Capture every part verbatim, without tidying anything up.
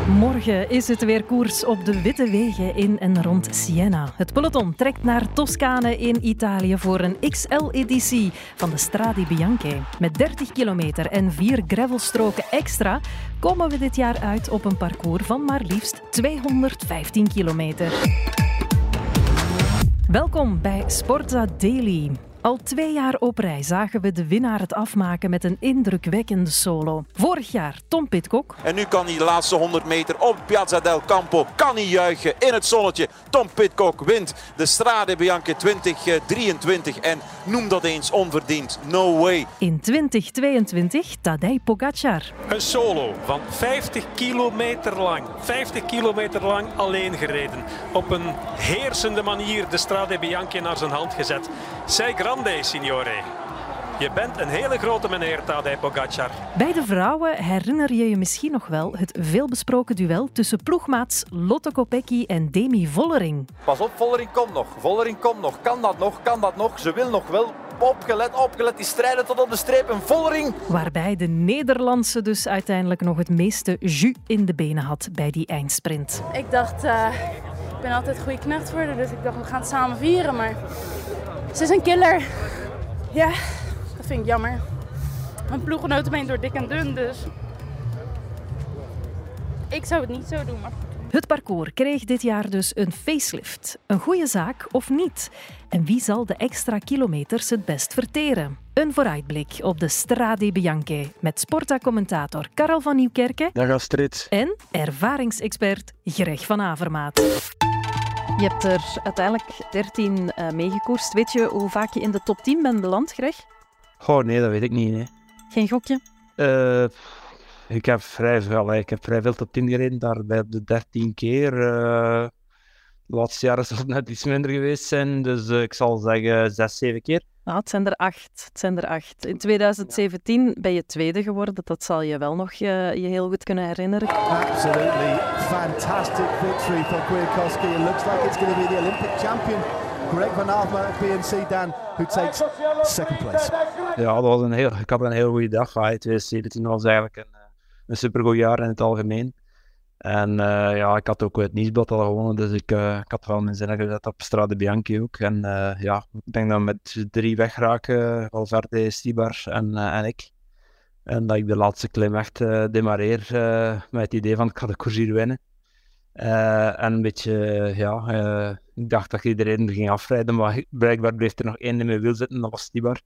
Morgen is het weer koers op de witte wegen in en rond Siena. Het peloton trekt naar Toscane in Italië voor een X L-editie van de Strade Bianche. Met dertig kilometer en vier gravelstroken extra komen we dit jaar uit op een parcours van maar liefst tweehonderdvijftien kilometer. Welkom bij Sporza Daily. Al twee jaar op rij zagen we de winnaar het afmaken met een indrukwekkende solo. Vorig jaar Tom Pidcock. En nu kan hij de laatste honderd meter op Piazza del Campo. Kan hij juichen in het zonnetje. Tom Pidcock wint de Strade Bianche twintig drieëntwintig. En noem dat eens onverdiend. No way. In twintig tweeëntwintig Tadej Pogacar. Een solo van vijftig kilometer lang. vijftig kilometer lang alleen gereden. Op een heersende manier de Strade Bianche naar zijn hand gezet. Sei grande, signore. Je bent een hele grote meneer, Tadej Pogacar. Bij de vrouwen herinner je je misschien nog wel het veelbesproken duel tussen ploegmaats Lotte Kopecky en Demi Vollering. Pas op, Vollering komt nog. Vollering komt nog. Kan dat nog? Kan dat nog? Ze wil nog wel. Opgelet, opgelet. Die strijden tot op de streep. En Vollering. Waarbij de Nederlandse dus uiteindelijk nog het meeste jus in de benen had bij die eindsprint. Ik dacht, uh, ik ben altijd goede knecht voor haar, dus ik dacht we gaan het samen vieren, maar ze is een killer. Ja, dat vind ik jammer. Mijn ploeggenoten ben door dik en dun, dus ik zou het niet zo doen. Maar... Het parcours kreeg dit jaar dus een facelift. Een goede zaak of niet? En wie zal de extra kilometers het best verteren? Een vooruitblik op de Strade Bianche met Sporta-commentator Karel van Nieuwkerken. Dag Astrid. En ervaringsexpert Greg van Avermaat. Je hebt er uiteindelijk dertien uh, meegekoerst. Weet je hoe vaak je in de top tien bent beland, Greg? Goh, nee, dat weet ik niet. Nee. Geen gokje? Uh, ik, heb vrij veel, ik heb vrij veel top tien gereden, daarbij de dertien keer. Uh, de laatste jaren zal het net iets minder geweest zijn, dus uh, ik zal zeggen zes, zeven keer. Ah, het zijn er acht. Het zijn er acht. In twintig zeventien ben je tweede geworden. Dat zal je wel nog je, je heel goed kunnen herinneren. Absolutely fantastic victory for Kwiatkowski. It looks like it's going to be the Olympic champion Greg Van Avermaet at B N C Dan, who takes second place. Ja, dat was een heel, ik had een heel goede dag. twintig zeventien was eigenlijk een, een supergoed jaar in het algemeen. En uh, ja, ik had ook het Nieuwsblad al gewonnen, dus ik, uh, ik had wel mijn zinnen gezet op Strade Bianche ook. En uh, ja, ik denk dat we met drie wegraken, Valverde, Stibar en, uh, en ik. En dat ik de laatste klim echt uh, demareer uh, met het idee van ik ga de koers hier winnen. Uh, en een beetje, uh, ja, uh, ik dacht dat iedereen er ging afrijden, maar blijkbaar bleef er nog één in mijn wiel zitten, dat was Stibar.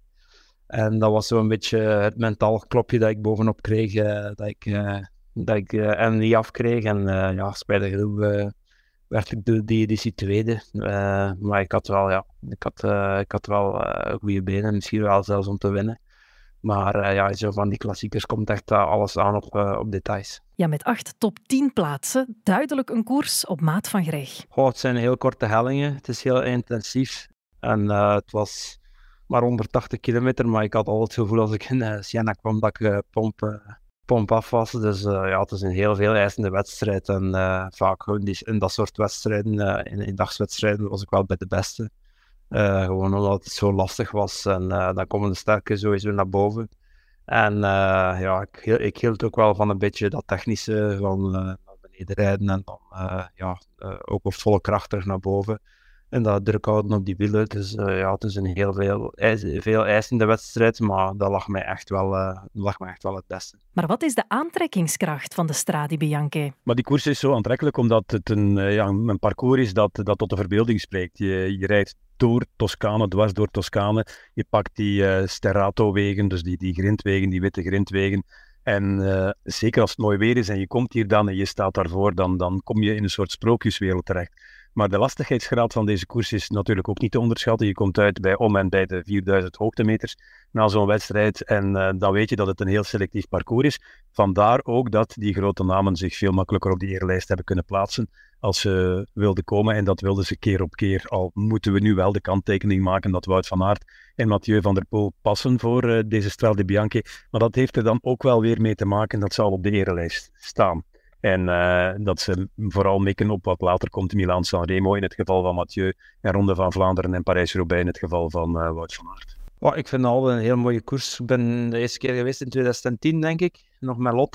En dat was zo'n beetje het mentaal klopje dat ik bovenop kreeg, uh, dat ik... Uh, dat ik uh, hem niet afkreeg en uh, ja, spijtig genoeg uh, werd ik de, die editie tweede. Uh, maar ik had wel, ja, ik had, uh, ik had wel uh, goede benen, misschien wel zelfs om te winnen. Maar uh, ja, zo van die klassiekers komt echt uh, alles aan op, uh, op details. Ja, met acht top tien plaatsen, duidelijk een koers op maat van Greg. Goh, het zijn heel korte hellingen, het is heel intensief en uh, het was maar honderdtachtig kilometer, maar ik had al het gevoel als ik in uh, Siena kwam dat ik uh, pomp... Uh, pomp af was, dus uh, ja, het is een heel veel eisende wedstrijd en uh, vaak gewoon die, in dat soort wedstrijden, uh, in, in dagswedstrijden was ik wel bij de beste. Uh, gewoon omdat het zo lastig was en uh, dan komen de sterken sowieso naar boven. En uh, ja, ik, ik hield ook wel van een beetje dat technische van uh, naar beneden rijden en dan uh, ja, uh, ook op volle kracht terug naar boven. En dat druk houden op die wielen. Dus uh, ja, het is een heel veel, eis, veel eisende wedstrijd, maar dat lag mij, echt wel, uh, lag mij echt wel het beste. Maar wat is de aantrekkingskracht van de Strade Bianche? Maar die koers is zo aantrekkelijk omdat het een, uh, ja, een parcours is dat, dat tot de verbeelding spreekt. Je, je rijdt door Toscane, dwars door Toscane. Je pakt die uh, Sterrato-wegen, dus die, die grindwegen, die witte grindwegen. En uh, zeker als het mooi weer is en je komt hier dan en je staat daarvoor, dan, dan kom je in een soort sprookjeswereld terecht. Maar de lastigheidsgraad van deze koers is natuurlijk ook niet te onderschatten. Je komt uit bij om en bij de vierduizend hoogtemeters na zo'n wedstrijd. En uh, dan weet je dat het een heel selectief parcours is. Vandaar ook dat die grote namen zich veel makkelijker op die eerlijst hebben kunnen plaatsen als ze wilden komen. En dat wilden ze keer op keer. Al moeten we nu wel de kanttekening maken dat Wout van Aert en Mathieu van der Poel passen voor uh, deze Strade Bianche. Maar dat heeft er dan ook wel weer mee te maken dat ze al op de eerlijst staan. En uh, dat ze vooral mikken op wat later komt, Milaan-San Remo in het geval van Mathieu en Ronde van Vlaanderen en Parijs-Roubaix in het geval van uh, Wout van Aert. Oh, ik vind het al een heel mooie koers. Ik ben de eerste keer geweest in twintig tien, denk ik, nog met Lotto.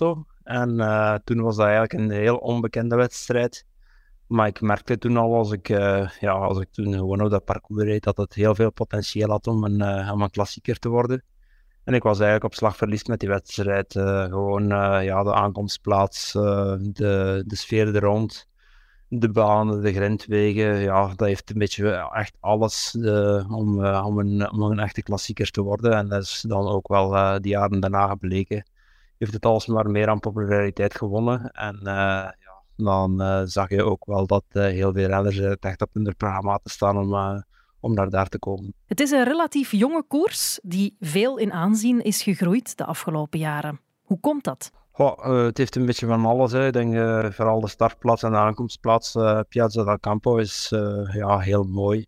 En uh, toen was dat eigenlijk een heel onbekende wedstrijd. Maar ik merkte toen al, als ik, uh, ja, als ik toen gewoon op dat parcours reed, dat het heel veel potentieel had om een, uh, om een klassieker te worden. En ik was eigenlijk op slag verliefd met die wedstrijd. Uh, gewoon uh, ja, de aankomstplaats, uh, de, de sfeer er rond, de banen, de grindwegen. Ja, dat heeft een beetje echt alles uh, om, uh, om, een, om een echte klassieker te worden. En dat is dan ook wel uh, die jaren daarna gebleken. Heeft het alsmaar meer aan populariteit gewonnen. En uh, ja, dan uh, zag je ook wel dat uh, heel veel renners uh, echt op hun programma te staan om... Uh, om naar daar te komen. Het is een relatief jonge koers die veel in aanzien is gegroeid de afgelopen jaren. Hoe komt dat? Oh, uh, het heeft een beetje van alles. Hè. Ik denk uh, vooral de startplaats en de aankomstplaats. Uh, Piazza del Campo is uh, ja, heel mooi.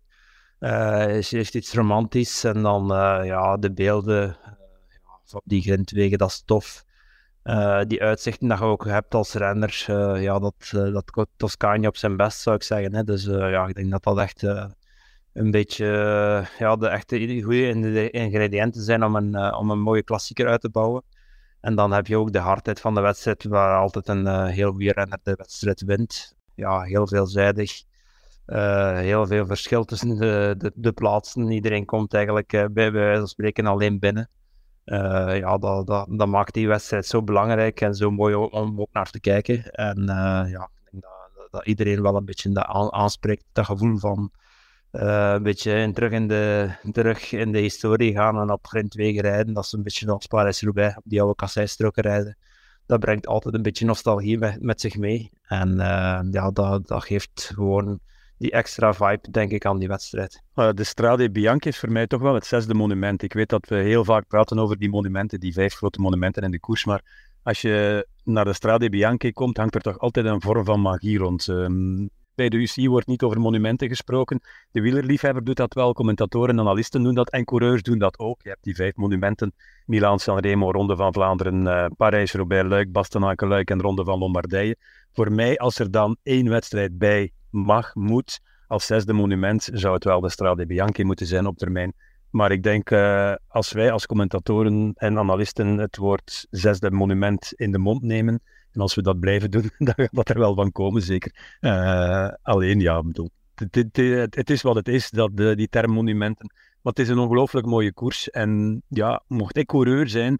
Uh, is, is iets romantisch. En dan uh, ja, de beelden uh, ja, op die grindwegen, dat is tof. Uh, die uitzichten dat je ook hebt als renner, uh, ja, dat, uh, dat Toscane op zijn best, zou ik zeggen. Hè. Dus uh, ja, ik denk dat dat echt... Uh, een beetje uh, ja, de echte goede ingrediënten zijn om een, uh, om een mooie klassieker uit te bouwen. En dan heb je ook de hardheid van de wedstrijd, waar altijd een uh, heel goede renner de wedstrijd wint. Ja, heel veelzijdig. Uh, heel veel verschil tussen de, de, de plaatsen. Iedereen komt eigenlijk uh, bij, bij wijze van spreken alleen binnen. Uh, ja, dat, dat, dat maakt die wedstrijd zo belangrijk en zo mooi om ook naar te kijken. En uh, ja, ik denk dat, dat iedereen wel een beetje dat aanspreekt, dat gevoel van... Uh, een beetje in, terug, in de, terug in de historie gaan en op grindwegen rijden. Dat is een beetje als Parijs-Roubaix, op die oude kasseistroken rijden. Dat brengt altijd een beetje nostalgie met, met zich mee. En uh, ja, dat, dat geeft gewoon die extra vibe, denk ik, aan die wedstrijd. Uh, de Strade Bianche is voor mij toch wel het zesde monument. Ik weet dat we heel vaak praten over die monumenten, die vijf grote monumenten in de koers, maar als je naar de Strade Bianche komt, hangt er toch altijd een vorm van magie rond. Um, Bij de U C I wordt niet over monumenten gesproken. De wielerliefhebber doet dat wel, commentatoren en analisten doen dat en coureurs doen dat ook. Je hebt die vijf monumenten, Milaan-Sanremo, Ronde van Vlaanderen, uh, Parijs-Roubaix, Luik, Bastenaken-Luik en Ronde van Lombardije. Voor mij, als er dan één wedstrijd bij mag, moet, als zesde monument, zou het wel de Strade Bianche moeten zijn op termijn. Maar ik denk, uh, als wij als commentatoren en analisten het woord zesde monument in de mond nemen, en als we dat blijven doen, dan gaat dat er wel van komen, zeker. Uh, alleen, ja, bedoel, het, het, het, het is wat het is, dat, de, die term monumenten. Maar het is een ongelooflijk mooie koers. En ja, mocht ik coureur zijn,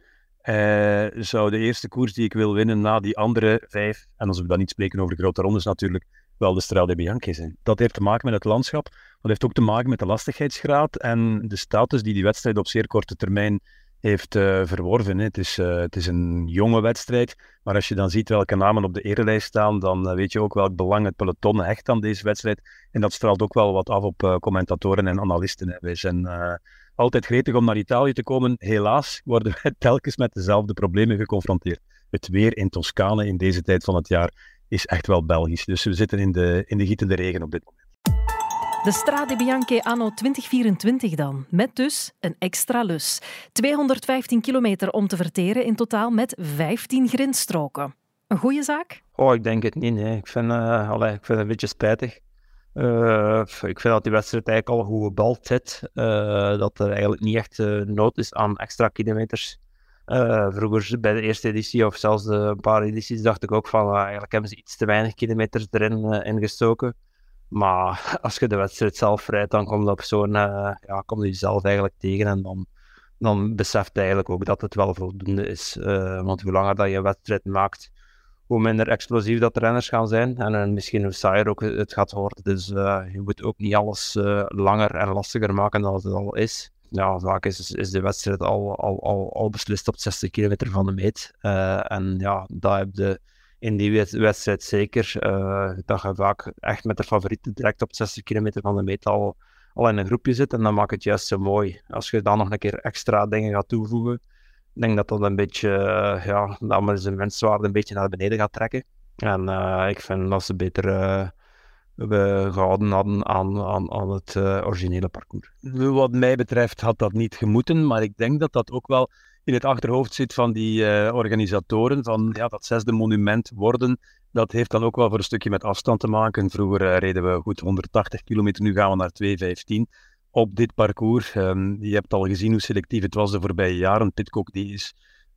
uh, zou de eerste koers die ik wil winnen na die andere vijf, en als we dan niet spreken over de grote rondes natuurlijk, wel de Strade Bianche zijn. Dat heeft te maken met het landschap, dat heeft ook te maken met de lastigheidsgraad en de status die die wedstrijd op zeer korte termijn heeft uh, verworven. Hè. Het, is, uh, het is een jonge wedstrijd, maar als je dan ziet welke namen op de erelijst staan, dan uh, weet je ook welk belang het peloton hecht aan deze wedstrijd. En dat straalt ook wel wat af op uh, commentatoren en analisten. Hè. Wij zijn uh, altijd gretig om naar Italië te komen. Helaas worden wij telkens met dezelfde problemen geconfronteerd. Het weer in Toscane in deze tijd van het jaar is echt wel Belgisch. Dus we zitten in de, in de gietende regen op dit moment. De Strade Bianche anno twintig vierentwintig dan, met dus een extra lus. tweehonderdvijftien kilometer om te verteren in totaal met vijftien grindstroken. Een goede zaak? Oh, ik denk het niet. Nee. Ik, vind, uh, allee, ik vind het een beetje spijtig. Uh, ik vind dat die wedstrijd eigenlijk al goed gebald zit. Uh, dat er eigenlijk niet echt uh, nood is aan extra kilometers. Uh, vroeger bij de eerste editie of zelfs de, een paar edities dacht ik ook van uh, eigenlijk hebben ze iets te weinig kilometers erin uh, ingestoken. Maar als je de wedstrijd zelf rijdt, dan komt dat zo'n, uh, ja, kom je jezelf eigenlijk tegen en dan, dan beseft je eigenlijk ook dat het wel voldoende is. Uh, want hoe langer dat je een wedstrijd maakt, hoe minder explosief dat de renners gaan zijn en uh, misschien hoe saaier ook het gaat worden. Dus uh, je moet ook niet alles uh, langer en lastiger maken dan het al is. Ja, vaak is, is de wedstrijd al, al, al, al beslist op zestig kilometer van de meet. Uh, en ja, daar heb je in die wedstrijd zeker uh, dat je vaak echt met de favorieten direct op zestig kilometer van de meet al, al in een groepje zit. En dan maakt het juist zo mooi. Als je dan nog een keer extra dingen gaat toevoegen, ik denk dat dat een beetje, uh, ja, de amusementswaarde een beetje naar beneden gaat trekken. En uh, ik vind dat ze beter uh, we gehouden hadden aan, aan, aan het uh, originele parcours. Wat mij betreft had dat niet gemoeten, maar ik denk dat dat ook wel in het achterhoofd zit van die uh, organisatoren, van ja, dat zesde monument worden, dat heeft dan ook wel voor een stukje met afstand te maken. Vroeger uh, reden we goed honderdtachtig kilometer, nu gaan we naar tweehonderdvijftien op dit parcours. Um, je hebt al gezien hoe selectief het was de voorbije jaren. Pidcock die is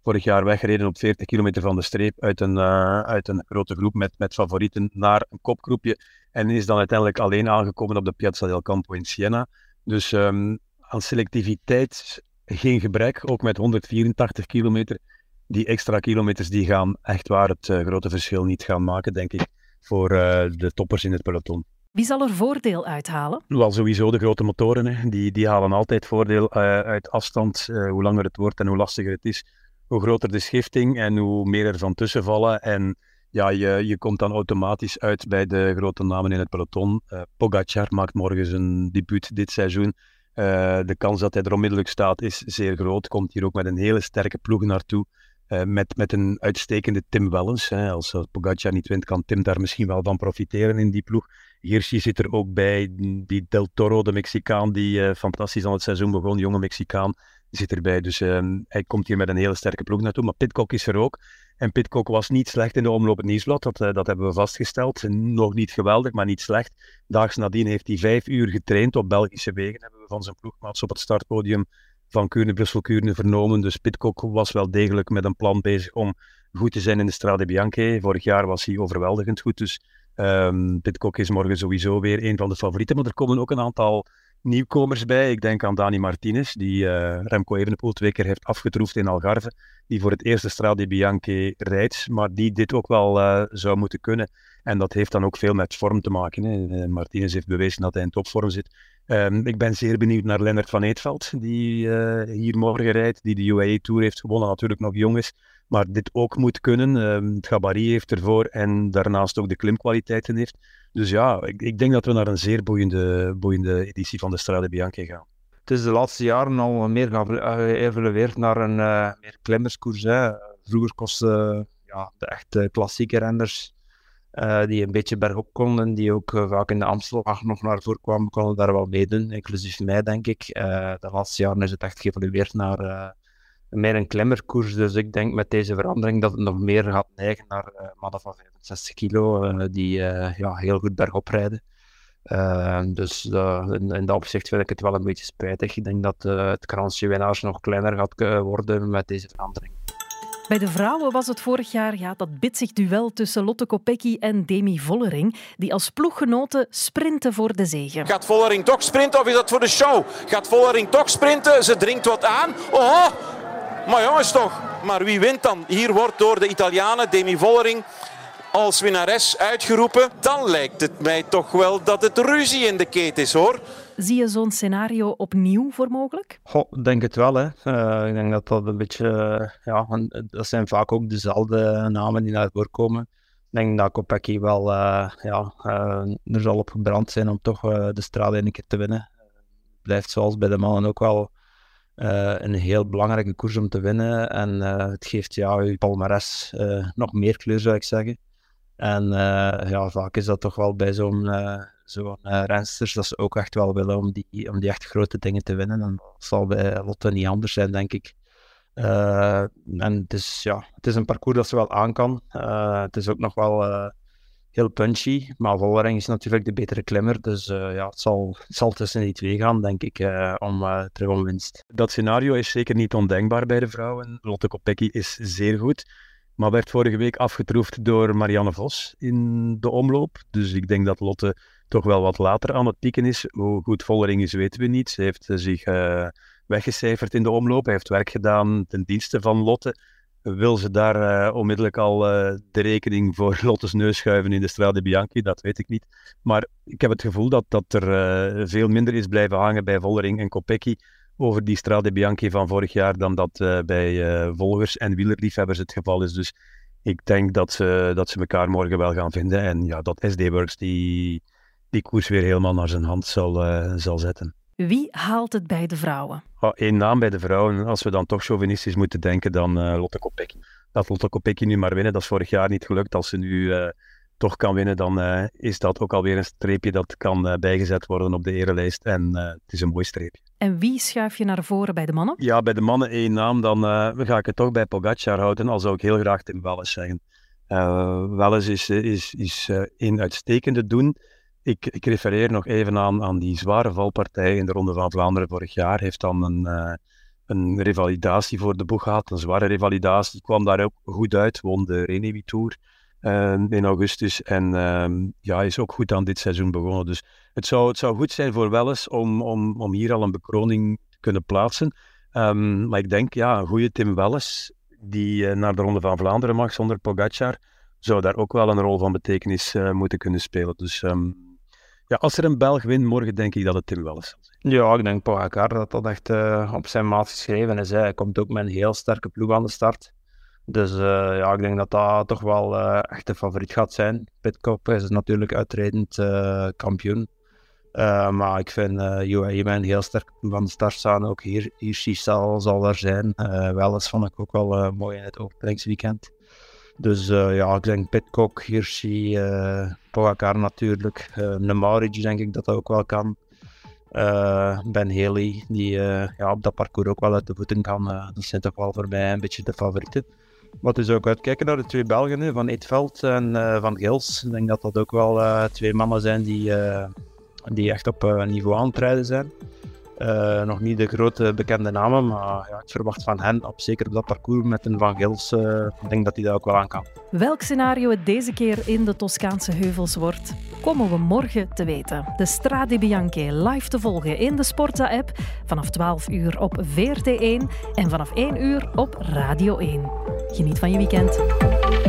vorig jaar weggereden op veertig kilometer van de streep uit een, uh, uit een grote groep met, met favorieten naar een kopgroepje. En is dan uiteindelijk alleen aangekomen op de Piazza del Campo in Siena. Dus um, aan selectiviteit geen gebrek, ook met honderdvierentachtig kilometer. Die extra kilometers die gaan echt waar het uh, grote verschil niet gaan maken, denk ik, voor uh, de toppers in het peloton. Wie zal er voordeel uithalen? Wel, sowieso de grote motoren, hè. Die, die halen altijd voordeel uh, uit afstand. Uh, hoe langer het wordt en hoe lastiger het is, hoe groter de schifting en hoe meer er van tussen vallen. En ja, je, je komt dan automatisch uit bij de grote namen in het peloton. Uh, Pogacar maakt morgen zijn debuut dit seizoen. Uh, de kans dat hij er onmiddellijk staat is zeer groot. Komt hier ook met een hele sterke ploeg naartoe. Uh, met, met een uitstekende Tim Wellens. Hè. Als, als Pogacar niet wint, kan Tim daar misschien wel van profiteren in die ploeg. Hirschi zit er ook bij. Die Del Toro, de Mexicaan, die uh, fantastisch aan het seizoen begon. Jonge Mexicaan, zit erbij. Dus uh, hij komt hier met een hele sterke ploeg naartoe. Maar Pidcock is er ook. En Pidcock was niet slecht in de omloop het Nieuwsblad. Dat, uh, dat hebben we vastgesteld. Nog niet geweldig, maar niet slecht. Daags nadien heeft hij vijf uur getraind op Belgische wegen. Hebben we van zijn ploegmaats op het startpodium van Kuurne-Brussel-Kuurne vernomen. Dus Pidcock was wel degelijk met een plan bezig om goed te zijn in de Strade Bianche. Vorig jaar was hij overweldigend goed. Dus um, Pidcock is morgen sowieso weer een van de favorieten. Maar er komen ook een aantal nieuwkomers bij. Ik denk aan Dani Martinez, die uh, Remco Evenepoel twee keer heeft afgetroefd in Algarve. Die voor het eerste Strade Bianche rijdt, maar die dit ook wel uh, zou moeten kunnen. En dat heeft dan ook veel met vorm te maken. Hè. Uh, Martinez heeft bewezen dat hij in topvorm zit. Um, ik ben zeer benieuwd naar Lennart van Eetveld, die uh, hier morgen rijdt, die de U A E Tour heeft gewonnen, natuurlijk nog jong is, maar dit ook moet kunnen. Um, het gabarit heeft ervoor en daarnaast ook de klimkwaliteiten heeft. Dus ja, ik, ik denk dat we naar een zeer boeiende, boeiende editie van de Strade Bianche gaan. Het is de laatste jaren al meer geëvolueerd naar een uh, meer klimmerskoers. Hè. Vroeger kostten uh, ja, de echte klassieke renners Uh, die een beetje bergop konden, die ook uh, vaak in de Amstelwacht nog naar voren kwamen, konden daar wel meedoen, inclusief mij, denk ik. Uh, de laatste jaren is het echt geëvolueerd naar uh, meer een klimmerkoers, dus ik denk met deze verandering dat het nog meer gaat neigen naar uh, mannen van vijfenzestig kilo, uh, die uh, ja, heel goed bergop rijden. Uh, dus uh, in, in dat opzicht vind ik het wel een beetje spijtig. Ik denk dat uh, het kransje winnaars nog kleiner gaat uh, worden met deze verandering. Bij de vrouwen was het vorig jaar ja, dat bitsig duel tussen Lotte Kopecky en Demi Vollering, die als ploeggenoten sprinten voor de zege. Gaat Vollering toch sprinten of is dat voor de show? Gaat Vollering toch sprinten? Ze dringt wat aan. Oh, maar jongens toch. Maar wie wint dan? Hier wordt door de Italianen Demi Vollering als winnares uitgeroepen. Dan lijkt het mij toch wel dat het ruzie in de keet is, hoor. Zie je zo'n scenario opnieuw voor mogelijk? Goh, ik denk het wel. Hè. Uh, ik denk dat dat een beetje... Uh, ja, dat zijn vaak ook dezelfde namen die naar voren komen. Ik denk dat Kopecky wel uh, ja, uh, er zal op gebrand zijn om toch uh, de Strade een keer te winnen. Het blijft zoals bij de mannen ook wel uh, een heel belangrijke koers om te winnen. En uh, het geeft ja, je palmares uh, nog meer kleur, zou ik zeggen. En uh, ja, vaak is dat toch wel bij zo'n... Uh, Zo'n uh, rensters, dat ze ook echt wel willen om die, om die echt grote dingen te winnen. En dat zal bij Lotte niet anders zijn, denk ik. Uh, en het is, ja, het is een parcours dat ze wel aan kan. Uh, het is ook nog wel uh, heel punchy. Maar Vollering is natuurlijk de betere klimmer. Dus uh, ja, het zal, het zal tussen die twee gaan, denk ik, uh, om uh, terug om winst. Dat scenario is zeker niet ondenkbaar bij de vrouwen. Lotte Kopecky is zeer goed. Maar werd vorige week afgetroefd door Marianne Vos in de omloop. Dus ik denk dat Lotte toch wel wat later aan het pieken is. Hoe goed Vollering is, weten we niet. Ze heeft zich uh, weggecijferd in de omloop. Hij heeft werk gedaan ten dienste van Lotte. Wil ze daar uh, onmiddellijk al uh, de rekening voor Lotte's neus schuiven in de Strade Bianche? Dat weet ik niet. Maar ik heb het gevoel dat, dat er uh, veel minder is blijven hangen bij Vollering en Kopecky over die Strade Bianche van vorig jaar dan dat uh, bij uh, volgers en wielerliefhebbers het geval is. Dus ik denk dat ze, dat ze elkaar morgen wel gaan vinden. En ja, dat S D Works die... die koers weer helemaal naar zijn hand zal, uh, zal zetten. Wie haalt het bij de vrouwen? Oh, één naam bij de vrouwen. Als we dan toch chauvinistisch moeten denken, dan uh, Lotte Kopecky. Dat Lotte Kopecky nu maar winnen, dat is vorig jaar niet gelukt. Als ze nu uh, toch kan winnen, dan uh, is dat ook alweer een streepje dat kan uh, bijgezet worden op de erelijst. En uh, het is een mooi streepje. En wie schuif je naar voren bij de mannen? Ja, bij de mannen één naam. Dan uh, ga ik het toch bij Pogacar houden, al zou ik heel graag Tim Wellens zeggen. Uh, Wellens is, is, is uh, een uitstekende doen. Ik, ik refereer nog even aan, aan die zware valpartij in de Ronde van Vlaanderen vorig jaar. Heeft dan een, uh, een revalidatie voor de boeg gehad, een zware revalidatie. Kwam daar ook goed uit, won de Renewi Tour uh, in augustus. En uh, ja, is ook goed aan dit seizoen begonnen. Dus het zou, het zou goed zijn voor Welles om, om, om hier al een bekroning te kunnen plaatsen. Um, maar ik denk, ja, een goede Tim Welles, die uh, naar de Ronde van Vlaanderen mag zonder Pogacar, zou daar ook wel een rol van betekenis uh, moeten kunnen spelen. Dus um, ja, als er een Belg wint morgen, denk ik dat het Tim Welles zal zijn. Ja, ik denk Pogacar dat dat echt uh, op zijn maat geschreven is. Hè. Hij komt ook met een heel sterke ploeg aan de start. Dus uh, ja, ik denk dat dat toch wel uh, echt de favoriet gaat zijn. Pidcock is natuurlijk uitredend uh, kampioen. Uh, maar ik vind uh, U A E met een heel sterk van de start staan. Ook hier, Hirschi zal, zal er zijn. Uh, Welles vond ik ook wel uh, mooi in het openingsweekend. Dus uh, ja, ik denk Pidcock, Hirschi, uh, Pogacar natuurlijk. Uh, Nemaric denk ik dat dat ook wel kan. Uh, Ben Haley, die uh, ja, op dat parcours ook wel uit de voeten kan. Uh, dat zijn toch wel voor mij een beetje de favorieten. Maar dus ook uitkijken naar de twee Belgen, hè, Van Eetveld en uh, Van Gils. Ik denk dat dat ook wel uh, twee mannen zijn die, uh, die echt op uh, niveau aan het rijden zijn. Uh, nog niet de grote bekende namen, maar ja, ik verwacht van hen, op, zeker op dat parcours met een Van Gils, uh, ik denk dat hij dat ook wel aan kan. Welk scenario het deze keer in de Toscaanse heuvels wordt, komen we morgen te weten. De Strade Bianche live te volgen in de Sporza-app vanaf twaalf uur op V R T één en vanaf één uur op Radio één. Geniet van je weekend.